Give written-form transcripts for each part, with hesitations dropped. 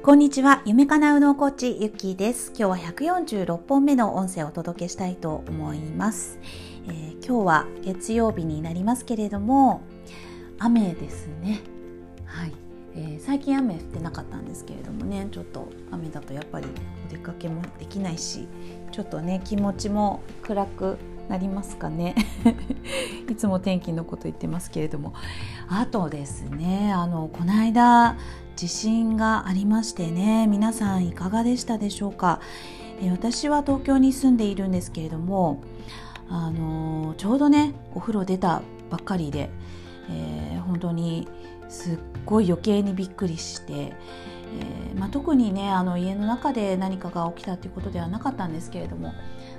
こんにちは。夢かなうのコーチゆっきーです。今日は146本目の音声をお届けしたいと思います。今日は月曜日になりますけれども、雨ですね。はい。最近雨降ってなかったんですけれどもね、ちょっと雨だとやっぱりお出かけもできないし、ちょっとね気持ちも暗くなりますかね。いつも天気のこと言ってますけれども、あとですね、この間地震がありましてね、皆さんいかがでしたでしょうか。私は東京に住んでいるんですけれども、ちょうどねお風呂出たばっかりで、本当にすっごい余計にびっくりして、特にね家の中で何かが起きたということではなかったんですけれども、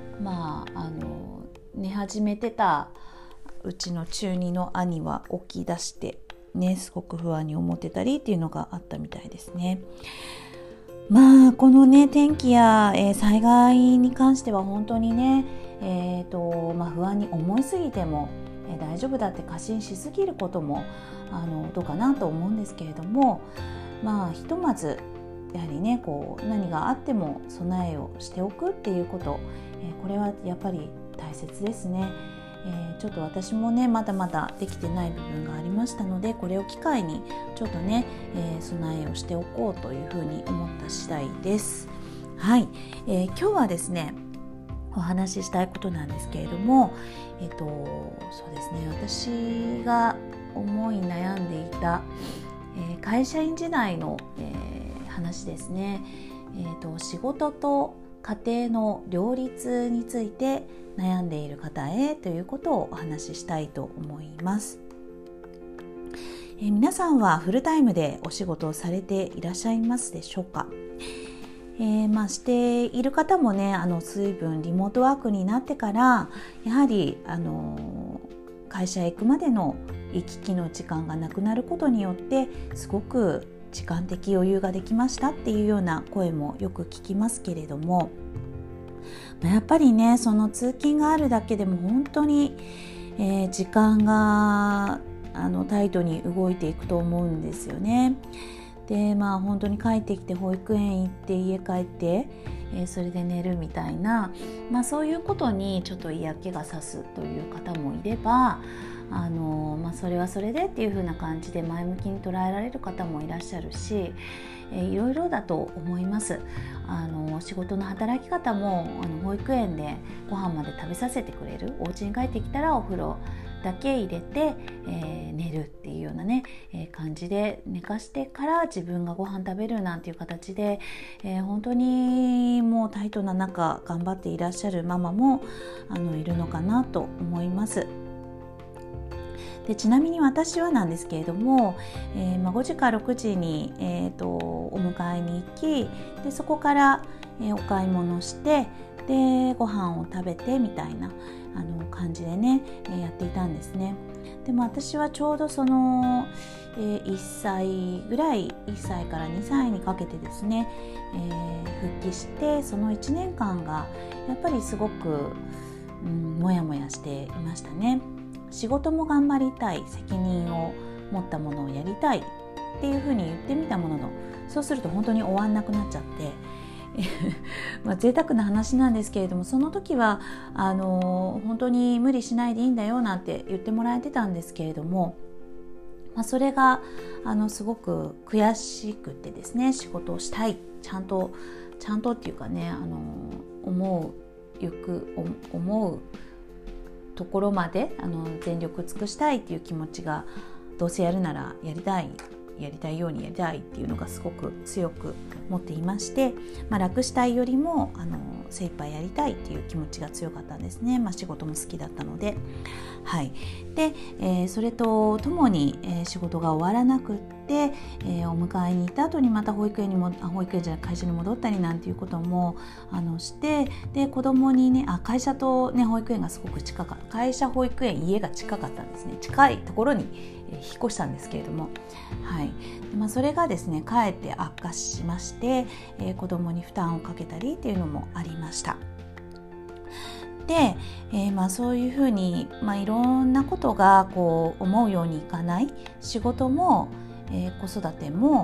寝始めてたうちの中2の兄は起き出してね、すごく不安に思ってたりっていうのがあったみたいですね。このね天気や、災害に関しては本当にね、不安に思いすぎても、大丈夫だって過信しすぎることもどうかなと思うんですけれども、ひとまずやはりね何があっても備えをしておくっていうこと、これはやっぱり大切ですね。ちょっと私もねまだまだできてない部分がありましたので、これを機会にちょっとね、備えをしておこうというふうに思った次第です。はい、今日はですねお話ししたいことなんですけれども、そうですね、私が思い悩んでいた、会社員時代の、話ですね。仕事と家庭の両立について悩んでいる方へということをお話ししたいと思います。皆さんはフルタイムでお仕事をされていらっしゃいますでしょうか。している方もね随分リモートワークになってからやはり会社へ行くまでの行き来の時間がなくなることによってすごく時間的余裕ができましたっていうような声もよく聞きますけれども、やっぱりねその通勤があるだけでも本当に、時間がタイトに動いていくと思うんですよね。で本当に帰ってきて保育園行って家帰って、それで寝るみたいな、そういうことにちょっと嫌気がさすという方もいれば、それはそれでっていう風な感じで前向きに捉えられる方もいらっしゃるし、いろいろだと思います。仕事の働き方も保育園でご飯まで食べさせてくれる、お家に帰ってきたらお風呂だけ入れて、寝るっていうようなね、感じで寝かしてから自分がご飯食べるなんていう形で、本当にもうタイトな中頑張っていらっしゃるママもいるのかなと思います。でちなみに私はなんですけれども、5時から6時に、お迎えに行き、でそこから、お買い物してでご飯を食べてみたいな感じでね、やっていたんですね。でも私はちょうどその、1歳ぐらい1歳から2歳にかけてですね、復帰してその1年間がやっぱりすごく、もやもやしていましたね。仕事も頑張りたい、責任を持ったものをやりたいっていうふうに言ってみたものの、そうすると本当に終わんなくなっちゃって贅沢な話なんですけれども、その時は本当に無理しないでいいんだよなんて言ってもらえてたんですけれども、それがすごく悔しくてですね、仕事をしたい、ちゃんとっていうかね、思うところまで全力尽くしたいっていう気持ちが、どうせやるならやりたいようにやりたいっていうのがすごく強く持っていまして、楽したいよりも精一杯やりたいっていう気持ちが強かったんですね。仕事も好きだったので、はい。で、それとともに、仕事が終わらなくって、お迎えに行った後にまた会社に戻ったりなんていうこともして、で子供にね会社とね保育園がすごく近かった、会社保育園家が近かったんですね。近いところに引っ越したんですけれども、はい。それがですねかえって悪化しまして、子供に負担をかけたりっていうのもありました。で、そういうふうに、いろんなことが思うようにいかない、仕事も、子育ても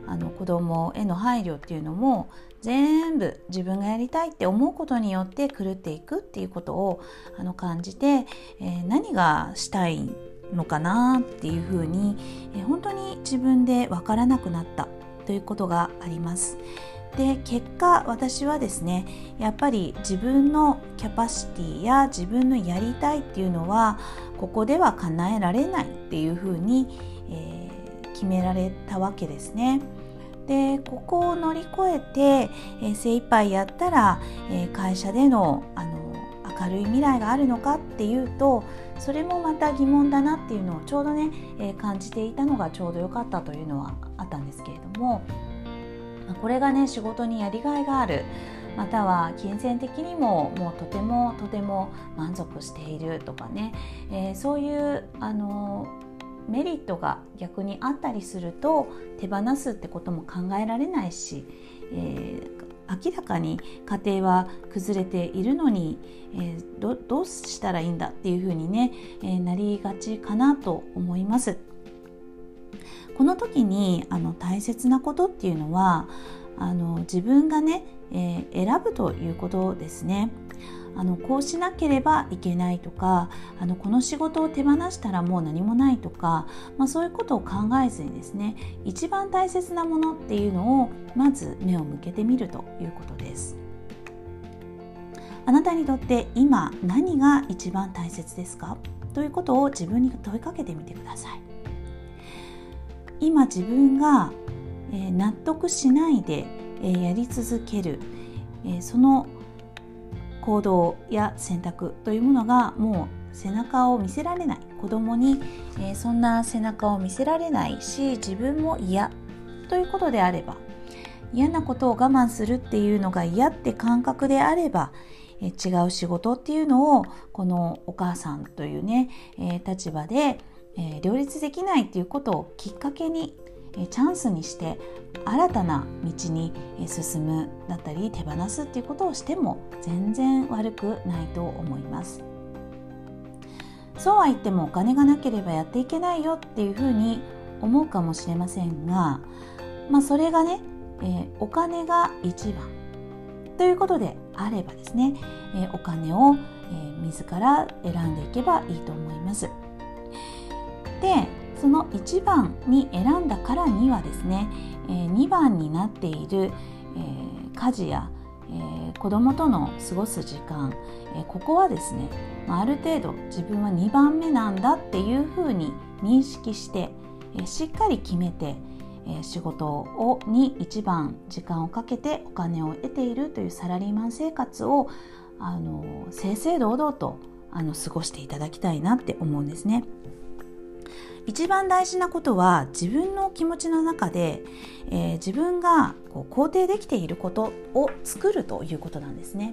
子供への配慮っていうのも全部自分がやりたいって思うことによって狂っていくっていうことを感じて、何がしたいのかなっていうふうに、本当に自分で分からなくなったということがあります。で、結果私はですね、やっぱり自分のキャパシティや自分のやりたいっていうのはここでは叶えられないっていうふうに、決められたわけですね。で、ここを乗り越えて、精一杯やったら、会社での、明るい未来があるのかっていうと、それもまた疑問だなっていうのをちょうどね、感じていたのがちょうど良かったというのはあったんですけれども、これがね、仕事にやりがいがある、または金銭的にももうとても満足しているとかね、そういうメリットが逆にあったりすると手放すってことも考えられないし、明らかに家庭は崩れているのに、どうしたらいいんだっていうふうにね、なりがちかなと思います。この時に大切なことっていうのは自分がね、選ぶということですね。こうしなければいけないとか、この仕事を手放したらもう何もないとか、そういうことを考えずにですね、一番大切なものっていうのをまず目を向けてみるということです。あなたにとって今何が一番大切ですかということを自分に問いかけてみてください。今自分が納得しないでやり続けるその行動や選択というものがもう背中を見せられない、子供にそんな背中を見せられないし、自分も嫌ということであれば、嫌なことを我慢するっていうのが嫌って感覚であれば、違う仕事っていうのをこのお母さんというね、立場で両立できないっていうことをきっかけにチャンスにして新たな道に進むだったり手放すっていうことをしても全然悪くないと思います。そうは言ってもお金がなければやっていけないよっていうふうに思うかもしれませんが、それがね、お金が一番ということであればですね、お金を、自ら選んでいけばいいと思います。で、その1番に選んだからにはですね、2番になっている、家事や、子供との過ごす時間、ここはですね、ある程度自分は2番目なんだっていうふうに認識して、しっかり決めて、仕事に一番時間をかけてお金を得ているというサラリーマン生活を正々堂々と過ごしていただきたいなって思うんですね。一番大事なことは自分の気持ちの中で、自分が肯定できていることを作るということなんですね。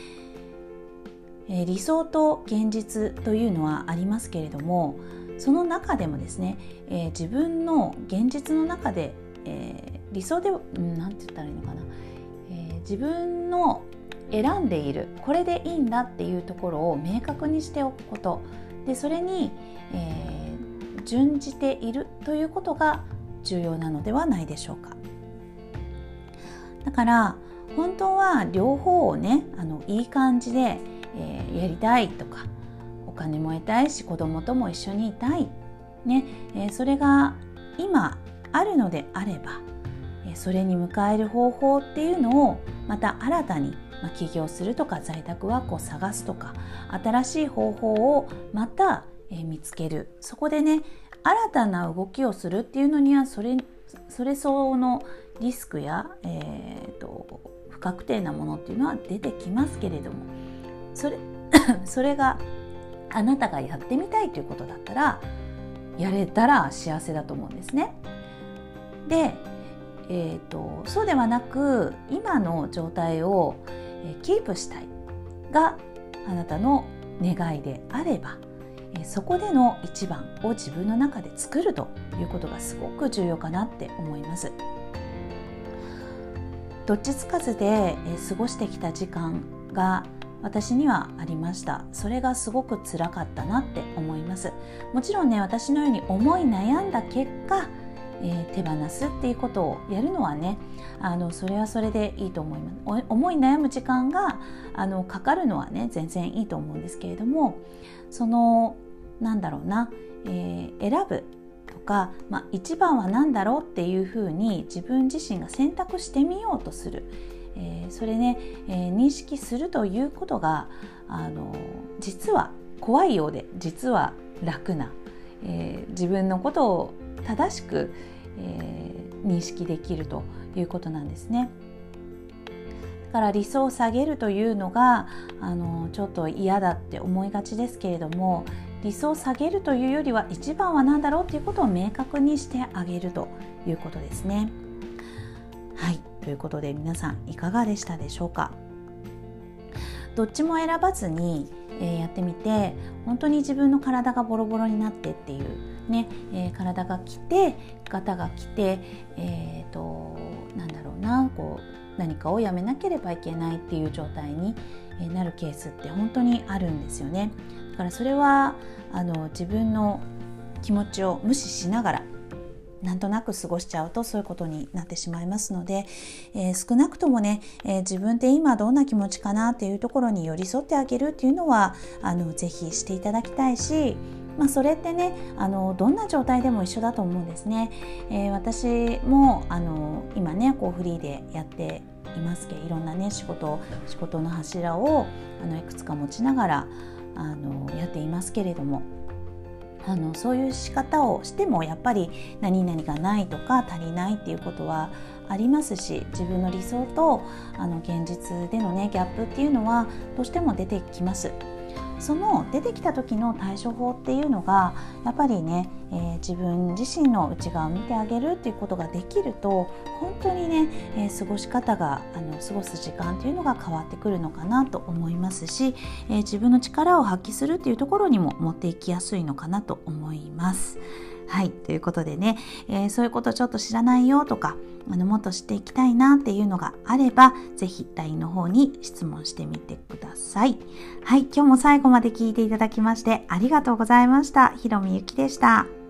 理想と現実というのはありますけれども、その中でもですね、自分の現実の中で、理想でなんて言ったらいいのかな、自分の選んでいるこれでいいんだっていうところを明確にしておくことで、それに、準じているということが重要なのではないでしょうか。だから本当は両方をね、いい感じで、やりたいとか、お金も得たいし子供とも一緒にいたい、ね、それが今あるのであれば、それに迎える方法っていうのをまた新たに起業するとか在宅ワークを探すとか、新しい方法をまた見つける。そこでね、新たな動きをするっていうのにはそれ相応のリスクや、不確定なものっていうのは出てきますけれども、それがあなたがやってみたいということだったらやれたら幸せだと思うんですね。で、そうではなく今の状態をキープしたいがあなたの願いであれば、そこでの一番を自分の中で作るということがすごく重要かなって思います。どっちつかずで過ごしてきた時間が私にはありました。それがすごく辛かったなって思います。もちろんね、私のように思い悩んだ結果、 手放すっていうことをやるのはね、それはそれでいいと思います。思い悩む時間がかかるのはね全然いいと思うんですけれども、なんだろうな、選ぶとか、一番は何だろうっていうふうに自分自身が選択してみようとする、それね、認識するということが実は怖いようで実は楽な、自分のことを正しく、認識できるということなんですね。だから理想を下げるというのがちょっと嫌だって思いがちですけれども、理想を下げるというよりは一番は何だろうということを明確にしてあげるということですね。はい、ということで皆さんいかがでしたでしょうか。どっちも選ばずに、やってみて、本当に自分の体がボロボロになってっていうね、体が来てガタが来て、なんだろうな、何かをやめなければいけないっていう状態になるケースって本当にあるんですよね。だからそれは自分の気持ちを無視しながらなんとなく過ごしちゃうとそういうことになってしまいますので、少なくともね、自分で今どんな気持ちかなっていうところに寄り添ってあげるっていうのはぜひしていただきたいし、それってねどんな状態でも一緒だと思うんですね。私も今ねフリーでやっていますけど、いろんなね仕事の柱をいくつか持ちながらやっていますけれども、そういう仕方をしてもやっぱり何々がないとか足りないっていうことはありますし、自分の理想と現実でのねギャップっていうのはどうしても出てきます。その出てきた時の対処法っていうのがやっぱりね、自分自身の内側を見てあげるっていうことができると本当にね、過ごし方が過ごす時間っていうのが変わってくるのかなと思いますし、自分の力を発揮するっていうところにも持っていきやすいのかなと思います。はい、ということでね、そういうことちょっと知らないよとかもっと知っていきたいなっていうのがあれば、ぜひ LINE の方に質問してみてください。はい、今日も最後まで聞いていただきましてありがとうございました。ひろみゆきでした。